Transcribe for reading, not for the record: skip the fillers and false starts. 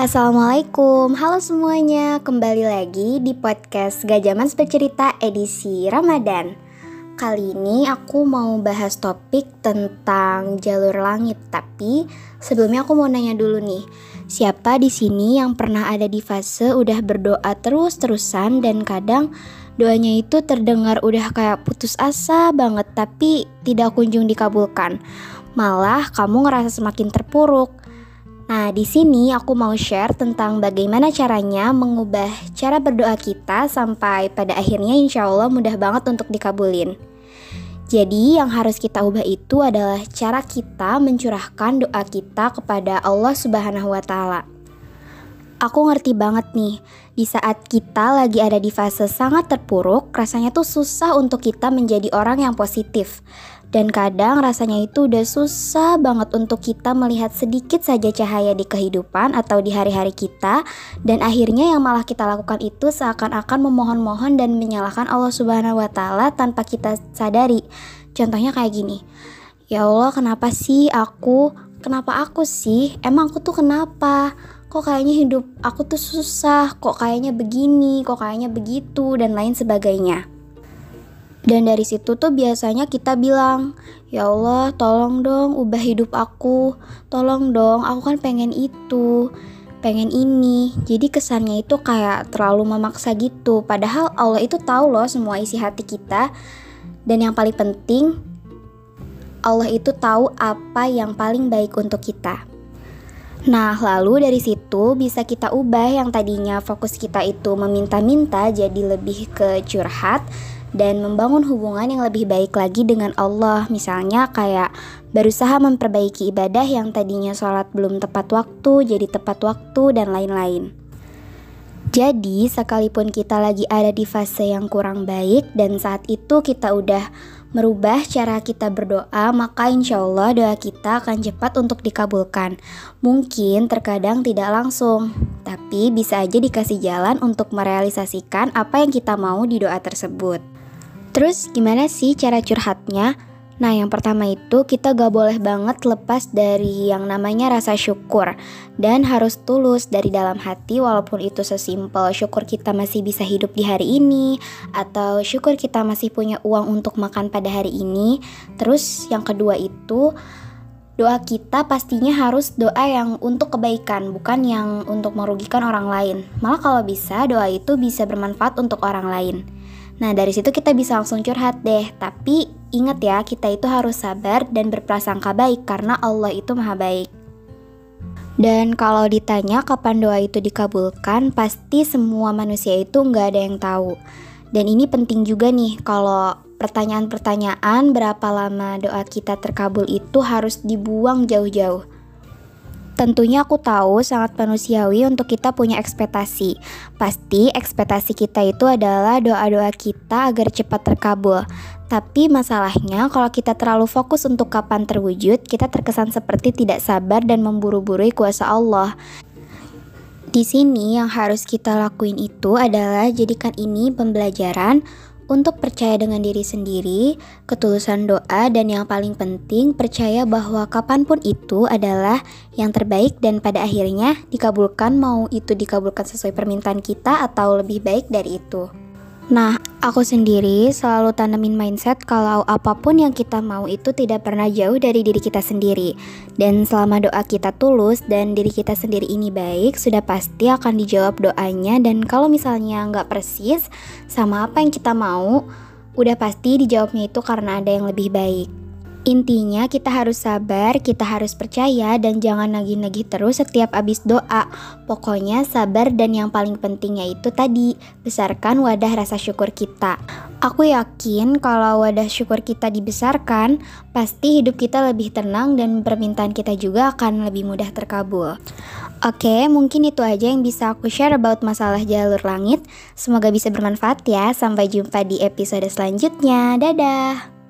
Assalamualaikum, halo semuanya. Kembali lagi di podcast Gajaman Bercerita edisi Ramadan. Kali ini aku mau bahas topik tentang jalur langit. Tapi sebelumnya aku mau nanya dulu nih, siapa di sini yang pernah ada di fase udah berdoa terus-terusan dan kadang doanya itu terdengar udah kayak putus asa banget tapi tidak kunjung dikabulkan. Malah kamu ngerasa semakin terpuruk. Nah, di sini aku mau share tentang bagaimana caranya mengubah cara berdoa kita sampai pada akhirnya insya Allah mudah banget untuk dikabulin. Jadi yang harus kita ubah itu adalah cara kita mencurahkan doa kita kepada Allah Subhanahu wa Ta'ala. Aku ngerti banget nih, di saat kita lagi ada di fase sangat terpuruk, rasanya tuh susah untuk kita menjadi orang yang positif. Dan kadang rasanya itu udah susah banget untuk kita melihat sedikit saja cahaya di kehidupan atau di hari-hari kita. Dan akhirnya yang malah kita lakukan itu seakan-akan memohon-mohon dan menyalahkan Allah Subhanahu wa Ta'ala tanpa kita sadari. Contohnya kayak gini, ya Allah kenapa sih aku? Kenapa aku sih? Emang aku tuh kenapa? Kok kayaknya hidup aku tuh susah? Kok kayaknya begini? Kok kayaknya begitu? Dan lain sebagainya. Dan dari situ tuh biasanya kita bilang, ya Allah tolong dong ubah hidup aku, tolong dong aku kan pengen itu, pengen ini. Jadi kesannya itu kayak terlalu memaksa gitu. Padahal Allah itu tahu loh semua isi hati kita. Dan yang paling penting, Allah itu tahu apa yang paling baik untuk kita. Nah, lalu dari situ bisa kita ubah yang tadinya fokus kita itu meminta-minta jadi lebih ke curhat dan membangun hubungan yang lebih baik lagi dengan Allah. Misalnya kayak berusaha memperbaiki ibadah yang tadinya sholat belum tepat waktu jadi tepat waktu dan lain-lain. Jadi sekalipun kita lagi ada di fase yang kurang baik dan saat itu kita udah merubah cara kita berdoa, maka insya Allah doa kita akan cepat untuk dikabulkan. Mungkin terkadang tidak langsung, tapi bisa aja dikasih jalan untuk merealisasikan apa yang kita mau di doa tersebut. Terus gimana sih cara curhatnya? Nah, yang pertama itu kita gak boleh banget lepas dari yang namanya rasa syukur. Dan harus tulus dari dalam hati, walaupun itu sesimpel syukur kita masih bisa hidup di hari ini, atau syukur kita masih punya uang untuk makan pada hari ini. Terus yang kedua itu doa kita pastinya harus doa yang untuk kebaikan, bukan yang untuk merugikan orang lain. Malah kalau bisa doa itu bisa bermanfaat untuk orang lain. Nah, dari situ kita bisa langsung curhat deh. Tapi ingat ya, kita itu harus sabar dan berprasangka baik karena Allah itu maha baik. Dan kalau ditanya kapan doa itu dikabulkan, pasti semua manusia itu nggak ada yang tahu. Dan ini penting juga nih, kalau pertanyaan-pertanyaan berapa lama doa kita terkabul itu harus dibuang jauh-jauh. Tentunya aku tahu sangat manusiawi untuk kita punya ekspektasi. Pasti ekspektasi kita itu adalah doa-doa kita agar cepat terkabul. Tapi masalahnya kalau kita terlalu fokus untuk kapan terwujud, kita terkesan seperti tidak sabar dan memburu-buru kuasa Allah. Di sini yang harus kita lakuin itu adalah jadikan ini pembelajaran untuk percaya dengan diri sendiri, ketulusan doa, dan yang paling penting percaya bahwa kapanpun itu adalah yang terbaik dan pada akhirnya dikabulkan, mau itu dikabulkan sesuai permintaan kita atau lebih baik dari itu. Nah, aku sendiri selalu tanamin mindset kalau apapun yang kita mau itu tidak pernah jauh dari diri kita sendiri. Dan selama doa kita tulus dan diri kita sendiri ini baik, sudah pasti akan dijawab doanya. Dan kalau misalnya nggak persis sama apa yang kita mau, udah pasti dijawabnya itu karena ada yang lebih baik. Intinya kita harus sabar, kita harus percaya dan jangan nagih-nagih terus setiap abis doa. Pokoknya sabar dan yang paling pentingnya itu tadi, besarkan wadah rasa syukur kita. Aku yakin kalau wadah syukur kita dibesarkan, pasti hidup kita lebih tenang dan permintaan kita juga akan lebih mudah terkabul. Oke, mungkin itu aja yang bisa aku share about masalah jalur langit. Semoga bisa bermanfaat ya. Sampai jumpa di episode selanjutnya. Dadah!